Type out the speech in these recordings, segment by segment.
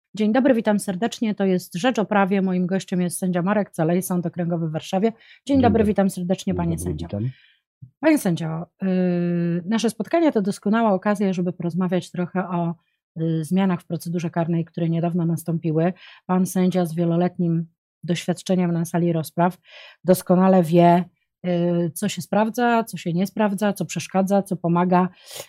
Dzień dobry, witam serdecznie. To jest Rzecz o Prawie. Moim gościem jest sędzia Marek Calej, Sąd Okręgowy w Warszawie. Dzień dobry, witam serdecznie, panie sędzio. Witam. Panie sędzio, nasze spotkanie to doskonała okazja, żeby porozmawiać trochę o zmianach w procedurze karnej, które niedawno nastąpiły. Pan sędzia z wieloletnim doświadczeniem na sali rozpraw doskonale wie, co się sprawdza, co się nie sprawdza, co przeszkadza, co pomaga.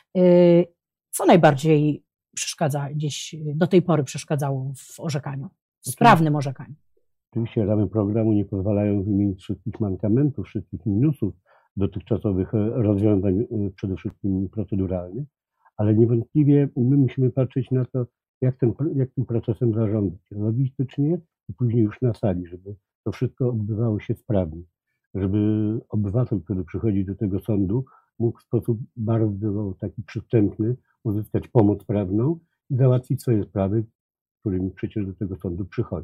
Co najbardziej przeszkadza gdzieś, do tej pory przeszkadzało w orzekaniu, w sprawnym orzekaniu? Oczywiście ramy programu nie pozwalają wymienić wszystkich mankamentów, wszystkich minusów dotychczasowych rozwiązań, przede wszystkim proceduralnych, ale niewątpliwie my musimy patrzeć na to, jak tym procesem zarządzać logistycznie i później już na sali, żeby to wszystko odbywało się sprawnie, żeby obywatel, który przychodzi do tego sądu, mógł w sposób bardzo taki przystępny uzyskać pomoc prawną i załatwić swoje sprawy, którymi przecież do tego sądu przychodzi.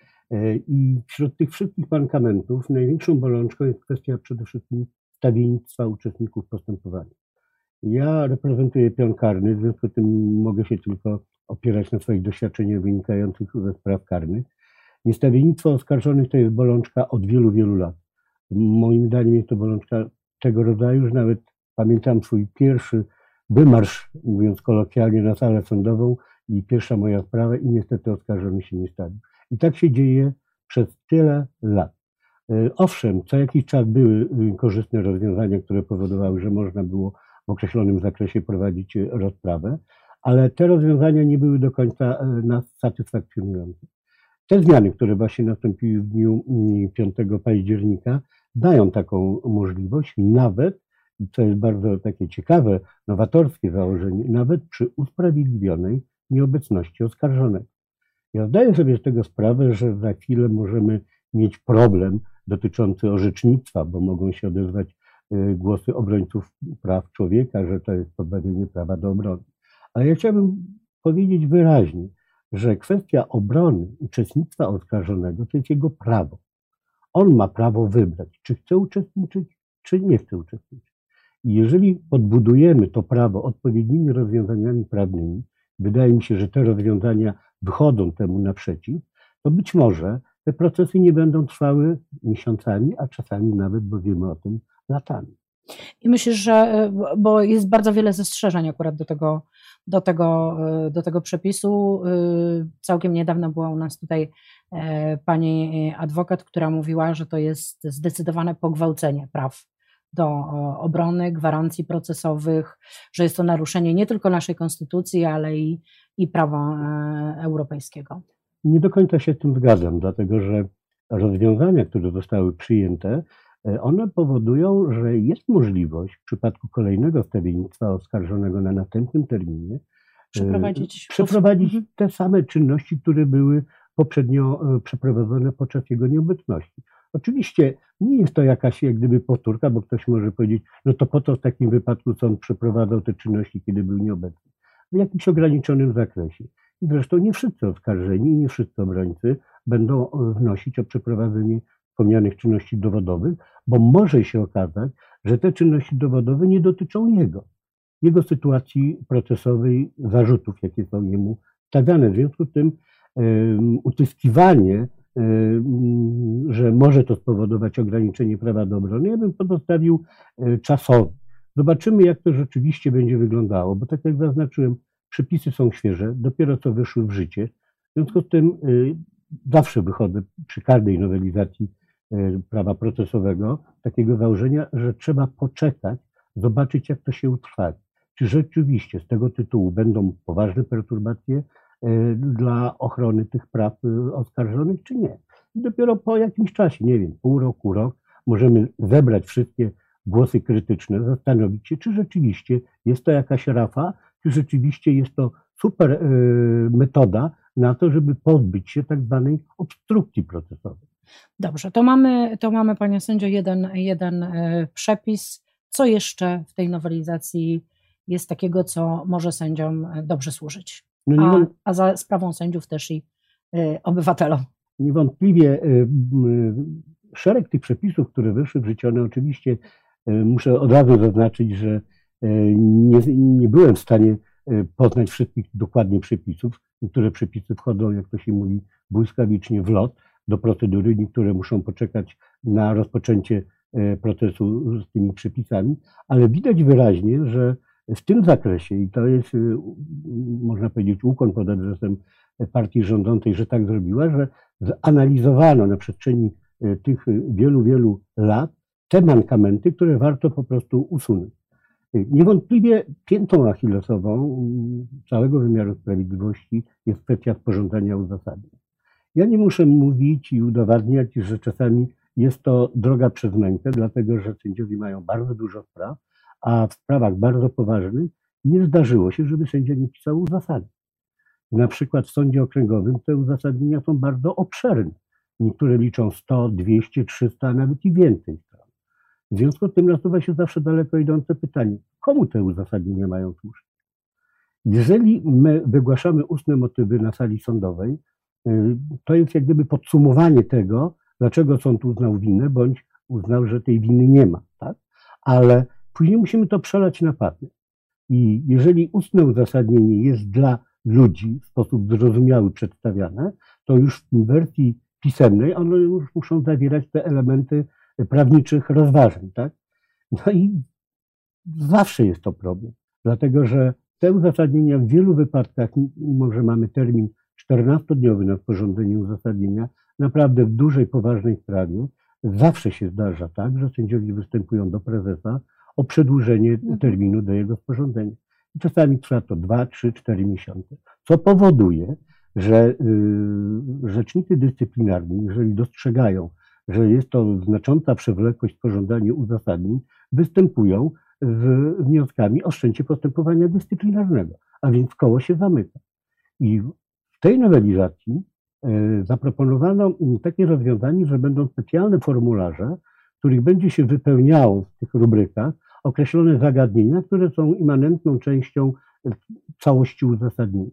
I wśród tych wszystkich mankamentów największą bolączką jest kwestia przede wszystkim stawiennictwa uczestników postępowania. Ja reprezentuję pion karny, w związku z tym mogę się tylko opierać na swoich doświadczeniach wynikających ze spraw karnych. Niestawiennictwo oskarżonych to jest bolączka od wielu, wielu lat. Moim zdaniem jest to bolączka tego rodzaju, że nawet pamiętam swój pierwszy wymarsz, mówiąc kolokwialnie, na salę sądową i pierwsza moja sprawa i niestety oskarżony się nie stawił. I tak się dzieje przez tyle lat. Owszem, co jakiś czas były korzystne rozwiązania, które powodowały, że można było w określonym zakresie prowadzić rozprawę, ale te rozwiązania nie były do końca nas satysfakcjonujące. Te zmiany, które właśnie nastąpiły w dniu 5 października, dają taką możliwość, nawet, co jest bardzo takie ciekawe, nowatorskie założenie, nawet przy usprawiedliwionej nieobecności oskarżonego. Ja zdaję sobie z tego sprawę, że za chwilę możemy mieć problem dotyczący orzecznictwa, bo mogą się odezwać głosy obrońców praw człowieka, że to jest pozbawienie prawa do obrony. Ale ja chciałbym powiedzieć wyraźnie, że kwestia obrony uczestnictwa oskarżonego to jest jego prawo. On ma prawo wybrać, czy chce uczestniczyć, czy nie chce uczestniczyć. I jeżeli podbudujemy to prawo odpowiednimi rozwiązaniami prawnymi, wydaje mi się, że te rozwiązania wychodzą temu naprzeciw, to być może te procesy nie będą trwały miesiącami, a czasami nawet, bo wiemy o tym, latami. I myślisz, że, bo jest bardzo wiele zastrzeżeń akurat do tego przepisu. Całkiem niedawno była u nas tutaj pani adwokat, która mówiła, że to jest zdecydowane pogwałcenie praw do obrony, gwarancji procesowych, że jest to naruszenie nie tylko naszej konstytucji, ale i prawa europejskiego. Nie do końca się z tym zgadzam, dlatego że rozwiązania, które zostały przyjęte, one powodują, że jest możliwość w przypadku kolejnego stawiennictwa oskarżonego na następnym terminie przeprowadzić te same czynności, które były poprzednio przeprowadzone podczas jego nieobecności. Oczywiście nie jest to jakaś jak gdyby powtórka, bo ktoś może powiedzieć, no to po to w takim wypadku sąd przeprowadzał te czynności, kiedy był nieobecny. W jakimś ograniczonym zakresie. I zresztą nie wszyscy oskarżeni, nie wszyscy obrońcy będą wnosić o przeprowadzenie wspomnianych czynności dowodowych, bo może się okazać, że te czynności dowodowe nie dotyczą jego sytuacji procesowej, zarzutów, jakie są jemu stawiane. W związku z tym utyskiwanie, że może to spowodować ograniczenie prawa do obrony, ja bym pozostawił czasowo. Zobaczymy, jak to rzeczywiście będzie wyglądało, bo tak jak zaznaczyłem, przepisy są świeże, dopiero co wyszły w życie. W związku z tym zawsze wychodzę przy każdej nowelizacji prawa procesowego takiego założenia, że trzeba poczekać, zobaczyć, jak to się utrwali. Czy rzeczywiście z tego tytułu będą poważne perturbacje dla ochrony tych praw oskarżonych, czy nie. I dopiero po jakimś czasie, nie wiem, pół roku, rok, możemy zebrać wszystkie głosy krytyczne, zastanowić się, czy rzeczywiście jest to jakaś rafa, czy rzeczywiście jest to super metoda na to, żeby pozbyć się tak zwanej obstrukcji procesowej. Dobrze, to mamy, panie sędzio, jeden przepis. Co jeszcze w tej nowelizacji jest takiego, co może sędziom dobrze służyć? A za sprawą sędziów też i obywatelom. Niewątpliwie szereg tych przepisów, które wyszły w życie, one oczywiście, muszę od razu zaznaczyć, że nie byłem w stanie poznać wszystkich dokładnie przepisów. niektóre przepisy wchodzą, jak to się mówi, błyskawicznie w lot do procedury, niektóre muszą poczekać na rozpoczęcie procesu z tymi przepisami, ale widać wyraźnie, że w tym zakresie, i to jest, można powiedzieć, ukłon pod adresem partii rządzącej, że tak zrobiła, że zanalizowano na przestrzeni tych wielu lat te mankamenty, które warto po prostu usunąć. Niewątpliwie piętą achillesową całego wymiaru sprawiedliwości jest kwestia sporządzania uzasadnień. Ja nie muszę mówić i udowadniać, że czasami jest to droga przez mękę, dlatego że sędziowie mają bardzo dużo spraw, a w sprawach bardzo poważnych nie zdarzyło się, żeby sędzia nie pisał uzasadnień. Na przykład w sądzie okręgowym te uzasadnienia są bardzo obszerne. Niektóre liczą 100, 200, 300, a nawet i więcej stron. W związku z tym nasuwa się zawsze daleko idące pytanie, komu te uzasadnienia mają służyć? Jeżeli my wygłaszamy ustne motywy na sali sądowej, to jest jak gdyby podsumowanie tego, dlaczego sąd uznał winę, bądź uznał, że tej winy nie ma. Tak? Ale później musimy to przelać na papier. I jeżeli ustne uzasadnienie jest dla ludzi w sposób zrozumiały przedstawiane, to już w wersji pisemnej one już muszą zawierać te elementy prawniczych rozważań. Tak? No i zawsze jest to problem, dlatego że te uzasadnienia w wielu wypadkach, mimo że mamy termin 14-dniowy na sporządzenie uzasadnienia, naprawdę w dużej, poważnej sprawie zawsze się zdarza tak, że sędziowie występują do prezesa o przedłużenie terminu do jego sporządzenia. I czasami trwa to 2, 3, 4 miesiące, co powoduje, że rzecznicy dyscyplinarni, jeżeli dostrzegają, że jest to znacząca przewlekłość w sporządzaniu uzasadnień, występują z wnioskami o wszczęcie postępowania dyscyplinarnego, a więc koło się zamyka. I w tej nowelizacji zaproponowano takie rozwiązanie, że będą specjalne formularze, w których będzie się wypełniało w tych rubrykach określone zagadnienia, które są immanentną częścią całości uzasadnienia.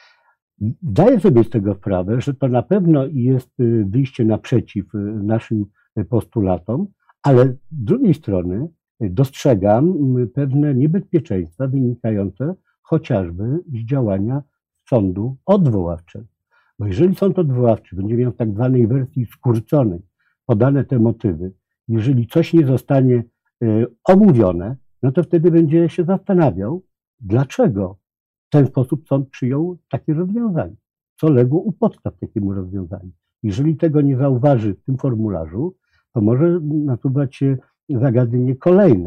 Zdaję sobie z tego sprawę, że to na pewno jest wyjście naprzeciw naszym postulatom, ale z drugiej strony dostrzegam pewne niebezpieczeństwa wynikające chociażby z działania sądu odwoławczego. Bo jeżeli sąd odwoławczy będzie miał w tak zwanej wersji skróconej podane te motywy, jeżeli coś nie zostanie omówione, no to wtedy będzie się zastanawiał, dlaczego w ten sposób sąd przyjął takie rozwiązanie, co legło u podstaw takiemu rozwiązaniu. Jeżeli tego nie zauważy w tym formularzu, to może nasuwać się zagadnienie kolejne.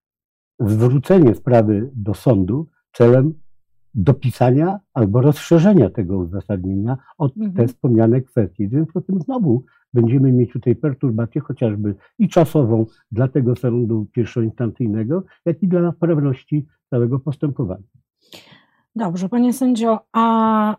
Zwrócenie sprawy do sądu celem dopisania albo rozszerzenia tego uzasadnienia o te wspomniane kwestie. W związku z tym znowu będziemy mieć tutaj perturbację chociażby i czasową dla tego sądu pierwszoinstancyjnego, jak i dla sprawności całego postępowania. Dobrze, panie sędzio, a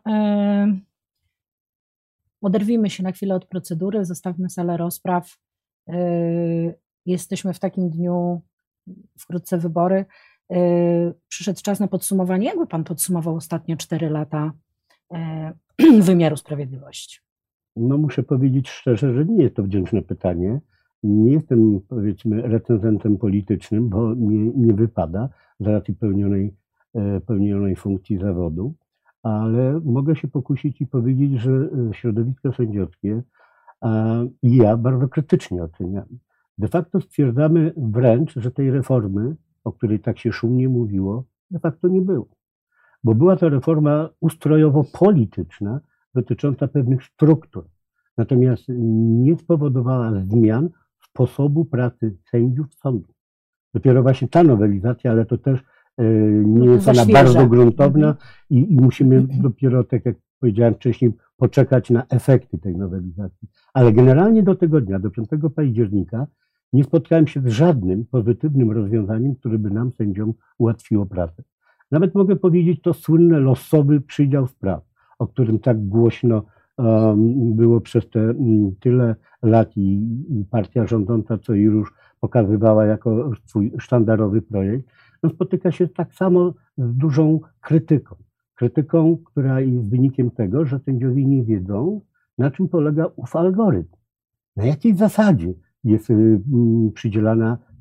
oderwijmy się na chwilę od procedury, zostawmy salę rozpraw. Jesteśmy w takim dniu, wkrótce wybory. Przyszedł czas na podsumowanie. Jakby pan podsumował ostatnie 4 lata wymiaru sprawiedliwości? No muszę powiedzieć szczerze, że nie jest to wdzięczne pytanie. Nie jestem, powiedzmy, recenzentem politycznym, bo nie wypada z racji pełnionej funkcji zawodu, ale mogę się pokusić i powiedzieć, że środowisko sędziowskie i ja bardzo krytycznie oceniamy. De facto stwierdzamy wręcz, że tej reformy, o której tak się szumnie mówiło, de facto nie było. Bo była to reforma ustrojowo-polityczna dotycząca pewnych struktur. Natomiast nie spowodowała zmian sposobu pracy sędziów sądu. Dopiero właśnie ta nowelizacja, ale to też nie jest ona bardzo gruntowna i musimy dopiero, tak jak powiedziałem wcześniej, poczekać na efekty tej nowelizacji. Ale generalnie do tego dnia, do 5 października, nie spotkałem się z żadnym pozytywnym rozwiązaniem, które by nam, sędziom, ułatwiło pracę. Nawet mogę powiedzieć to słynne losowy przydział spraw, o którym tak głośno było przez te tyle lat i partia rządząca, co i już pokazywała jako swój sztandarowy projekt, no spotyka się tak samo z dużą krytyką. Krytyką, która jest wynikiem tego, że sędziowie nie wiedzą, na czym polega ów algorytm. Na jakiej zasadzie jest przydzielana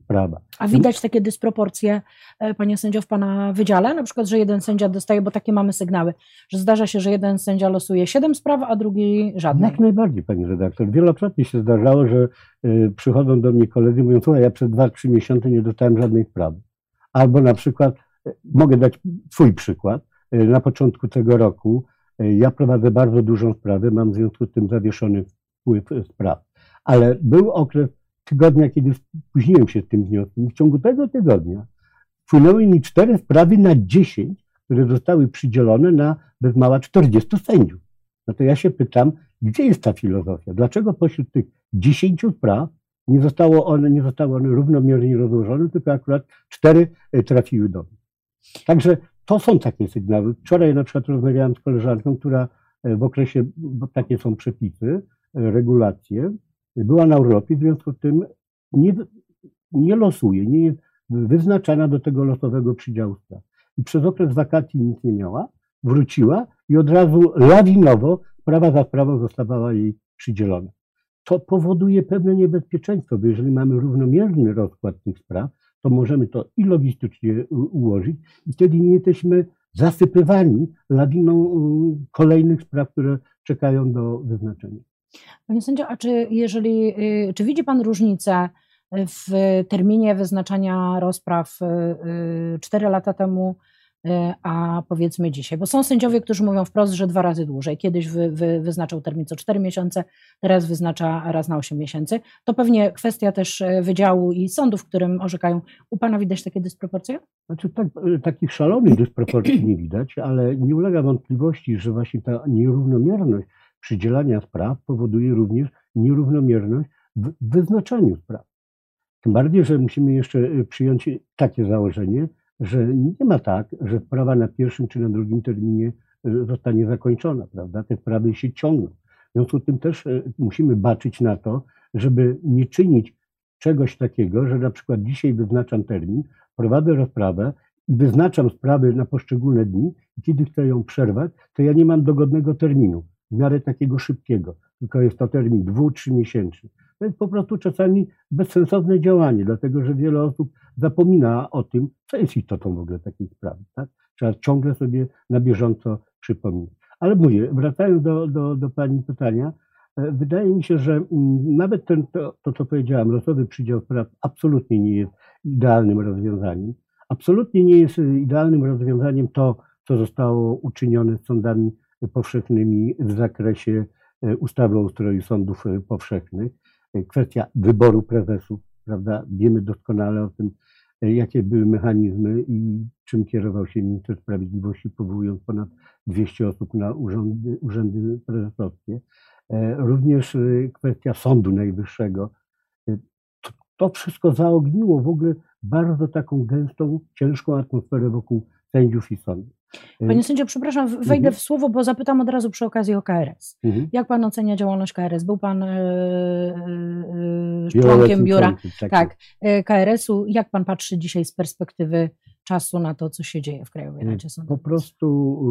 prawa. A widać takie dysproporcje, panie sędzio, w pana wydziale? Na przykład, że jeden sędzia dostaje, bo takie mamy sygnały, że zdarza się, że jeden sędzia losuje 7 spraw, a drugi żadnej. Jak najbardziej, pani redaktor. Wielokrotnie się zdarzało, że przychodzą do mnie koledzy i mówią, słuchaj, ja przez 2-3 miesiące nie dostałem żadnej sprawy. Albo na przykład, mogę dać swój przykład, na początku tego roku ja prowadzę bardzo dużą sprawę, mam w związku z tym zawieszony wpływ spraw. Ale był okres tygodnia, kiedy spóźniłem się z tym wnioskiem. W ciągu tego tygodnia wpłynęły mi 4 sprawy na 10, które zostały przydzielone na bez mała 40 sędziów. No to ja się pytam, gdzie jest ta filozofia? Dlaczego pośród tych 10 spraw nie zostały one równomiernie rozłożone, tylko akurat 4 trafiły do mnie? Także to są takie sygnały. Wczoraj na przykład rozmawiałem z koleżanką, która w okresie, bo takie są przepisy, regulacje, była na urlopie, w związku z tym nie losuje, nie jest wyznaczana do tego losowego przydziału spraw. I przez okres wakacji nic nie miała, wróciła i od razu lawinowo sprawa za sprawą zostawała jej przydzielona. To powoduje pewne niebezpieczeństwo, bo jeżeli mamy równomierny rozkład tych spraw, to możemy to i logistycznie ułożyć i wtedy nie jesteśmy zasypywani lawiną kolejnych spraw, które czekają do wyznaczenia. Panie sędzio, a czy widzi pan różnicę w terminie wyznaczania rozpraw 4 lata temu, a powiedzmy dzisiaj? Bo są sędziowie, którzy mówią wprost, że 2 razy dłużej. Kiedyś wyznaczał termin co 4 miesiące, teraz wyznacza raz na 8 miesięcy. To pewnie kwestia też wydziału i sądów, w którym orzekają. U pana widać takie dysproporcje? Znaczy takich szalonych dysproporcji nie widać, ale nie ulega wątpliwości, że właśnie ta nierównomierność przydzielania spraw powoduje również nierównomierność w wyznaczaniu spraw. Tym bardziej, że musimy jeszcze przyjąć takie założenie, że nie ma tak, że sprawa na pierwszym czy na drugim terminie zostanie zakończona, prawda? Te sprawy się ciągną. W związku z tym też musimy baczyć na to, żeby nie czynić czegoś takiego, że na przykład dzisiaj wyznaczam termin, prowadzę rozprawę i wyznaczam sprawy na poszczególne dni i kiedy chcę ją przerwać, to ja nie mam dogodnego terminu, w miarę takiego szybkiego, tylko jest to termin 2-3 miesięczny. To jest po prostu czasami bezsensowne działanie, dlatego że wiele osób zapomina o tym, co jest istotą w ogóle takiej sprawy. Tak? Trzeba ciągle sobie na bieżąco przypominać. Ale mówię, wracając do pani pytania, wydaje mi się, że nawet to, co powiedziałam, losowy przydział spraw absolutnie nie jest idealnym rozwiązaniem. Absolutnie nie jest idealnym rozwiązaniem to, co zostało uczynione z sądami powszechnymi w zakresie ustawy o ustroju sądów powszechnych. Kwestia wyboru prezesów, prawda? Wiemy doskonale o tym, jakie były mechanizmy i czym kierował się minister sprawiedliwości, powołując ponad 200 osób na urzędy prezesowskie. Również kwestia Sądu Najwyższego. To wszystko zaogniło w ogóle bardzo taką gęstą, ciężką atmosferę wokół sędziów i sądów. Panie sędzio, przepraszam, wejdę w słowo, bo zapytam od razu przy okazji o KRS. Jak pan ocenia działalność KRS? Był pan członkiem biura KRS-u. Jak pan patrzy dzisiaj z perspektywy czasu na to, co się dzieje w Krajowej Radzie Sądownictwa? Po prostu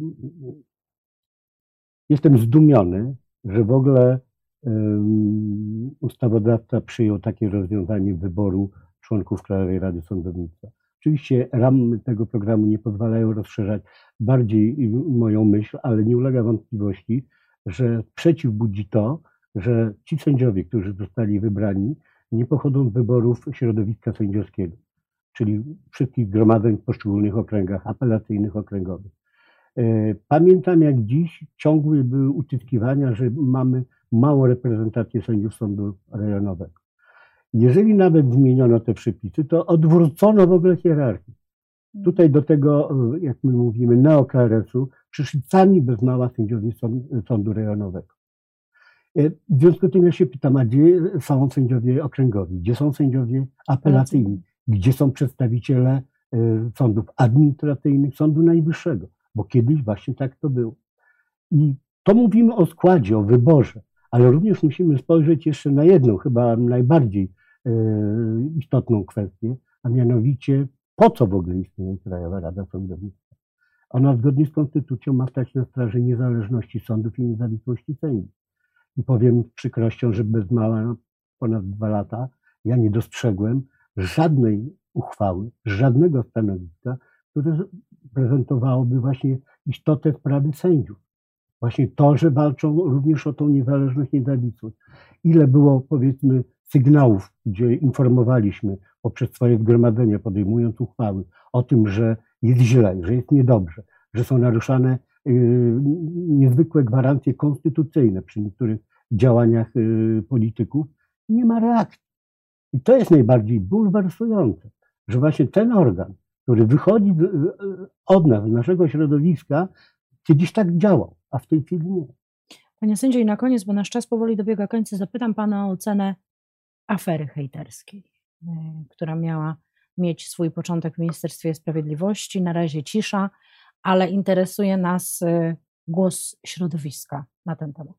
jestem zdumiony, że w ogóle ustawodawca przyjął takie rozwiązanie wyboru członków Krajowej Rady Sądownictwa. Oczywiście ramy tego programu nie pozwalają rozszerzać bardziej moją myśl, ale nie ulega wątpliwości, że sprzeciw budzi to, że ci sędziowie, którzy zostali wybrani, nie pochodzą z wyborów środowiska sędziowskiego, czyli wszystkich zgromadzeń w poszczególnych okręgach apelacyjnych, okręgowych. Pamiętam, jak dziś ciągłe były utyskiwania, że mamy małą reprezentację sędziów sądu rejonowego. Jeżeli nawet zmieniono te przepisy, to odwrócono w ogóle hierarchię. Tutaj do tego, jak my mówimy, neo-KRS-u przyszli sami bez mała sędziowie sądu rejonowego. W związku z tym ja się pytam, a gdzie są sędziowie okręgowi, gdzie są sędziowie apelacyjni, gdzie są przedstawiciele sądów administracyjnych, Sądu Najwyższego, bo kiedyś właśnie tak to było. I to mówimy o składzie, o wyborze, ale również musimy spojrzeć jeszcze na jedną, chyba najbardziej istotną kwestię, a mianowicie po co w ogóle istnieje Krajowa Rada Sądownictwa. Ona zgodnie z konstytucją ma stać na straży niezależności sądów i niezawisłości sędziów. I powiem z przykrością, że bez mała ponad 2 lata ja nie dostrzegłem żadnej uchwały, żadnego stanowiska, które prezentowałoby właśnie istotę sprawy sędziów. Właśnie to, że walczą również o tą niezależność, niezawisłość. Ile było, powiedzmy, sygnałów, gdzie informowaliśmy poprzez swoje zgromadzenia, podejmując uchwały o tym, że jest źle, że jest niedobrze, że są naruszane niezwykłe gwarancje konstytucyjne przy niektórych działaniach polityków. Nie ma reakcji. I to jest najbardziej bulwersujące, że właśnie ten organ, który wychodzi od nas, z naszego środowiska, kiedyś tak działał, a w tej chwili nie. Panie sędzio, i na koniec, bo nasz czas powoli dobiega końca, zapytam pana o ocenę afery hejterskiej, która miała mieć swój początek w Ministerstwie Sprawiedliwości. Na razie cisza, ale interesuje nas głos środowiska na ten temat.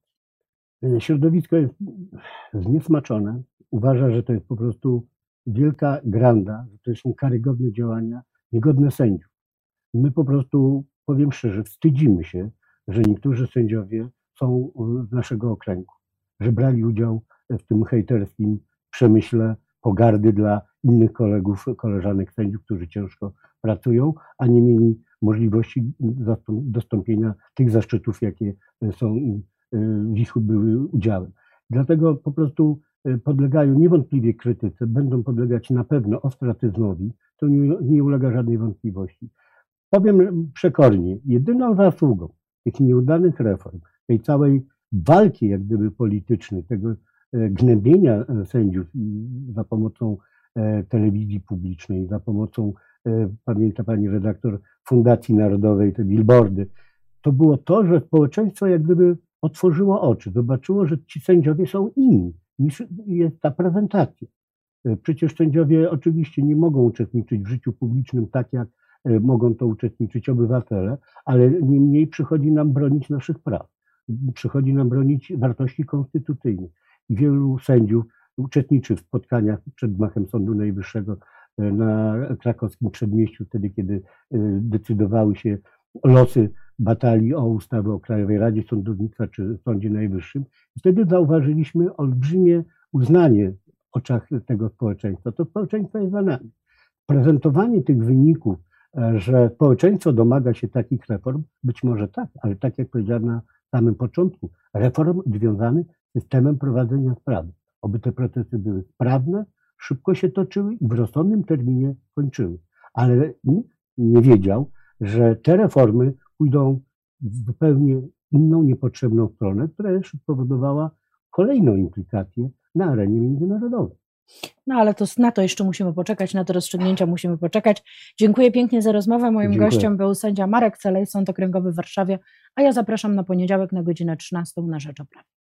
Środowisko jest zniesmaczone. Uważa, że to jest po prostu wielka granda, że to są karygodne działania, niegodne sędziów. My po prostu, powiem szczerze, wstydzimy się, że niektórzy sędziowie są z naszego okręgu, że brali udział w tym hejterskim przemyśle pogardy dla innych kolegów, koleżanek sędziów, którzy ciężko pracują, a nie mieli możliwości dostąpienia tych zaszczytów, jakie są im w ich były udziałem. Dlatego po prostu podlegają niewątpliwie krytyce, będą podlegać na pewno ostracyzmowi, to nie ulega żadnej wątpliwości. Powiem przekornie, jedyną zasługą tych nieudanych reform, tej całej walki jak gdyby politycznej, tego gnębienia sędziów za pomocą telewizji publicznej, za pomocą, pamięta pani redaktor, Fundacji Narodowej, te billboardy, to było to, że społeczeństwo jak gdyby otworzyło oczy, zobaczyło, że ci sędziowie są inni niż jest ta prezentacja. Przecież sędziowie oczywiście nie mogą uczestniczyć w życiu publicznym tak, jak mogą to uczestniczyć obywatele, ale niemniej przychodzi nam bronić naszych praw, przychodzi nam bronić wartości konstytucyjnych. I wielu sędziów uczestniczy w spotkaniach przed gmachem Sądu Najwyższego na krakowskim Przedmieściu, wtedy kiedy decydowały się losy batalii o ustawę o Krajowej Radzie Sądownictwa czy Sądzie Najwyższym. I wtedy zauważyliśmy olbrzymie uznanie w oczach tego społeczeństwa. To społeczeństwo jest za nami. Prezentowanie tych wyników, że społeczeństwo domaga się takich reform, być może tak, ale tak jak powiedziałem na samym początku, reform związanych z systemem prowadzenia sprawy. Oby te procesy były sprawne, szybko się toczyły i w rozsądnym terminie kończyły. Ale nikt nie wiedział, że te reformy pójdą w zupełnie inną, niepotrzebną stronę, która jeszcze spowodowała kolejną implikację na arenie międzynarodowej. No ale to na to jeszcze musimy poczekać, na te rozstrzygnięcia musimy poczekać. Dziękuję pięknie za rozmowę. Moim gościem był sędzia Marek Celej, Sąd Okręgowy w Warszawie, a ja zapraszam na poniedziałek na godzinę 13 na Rzecz o Prawie.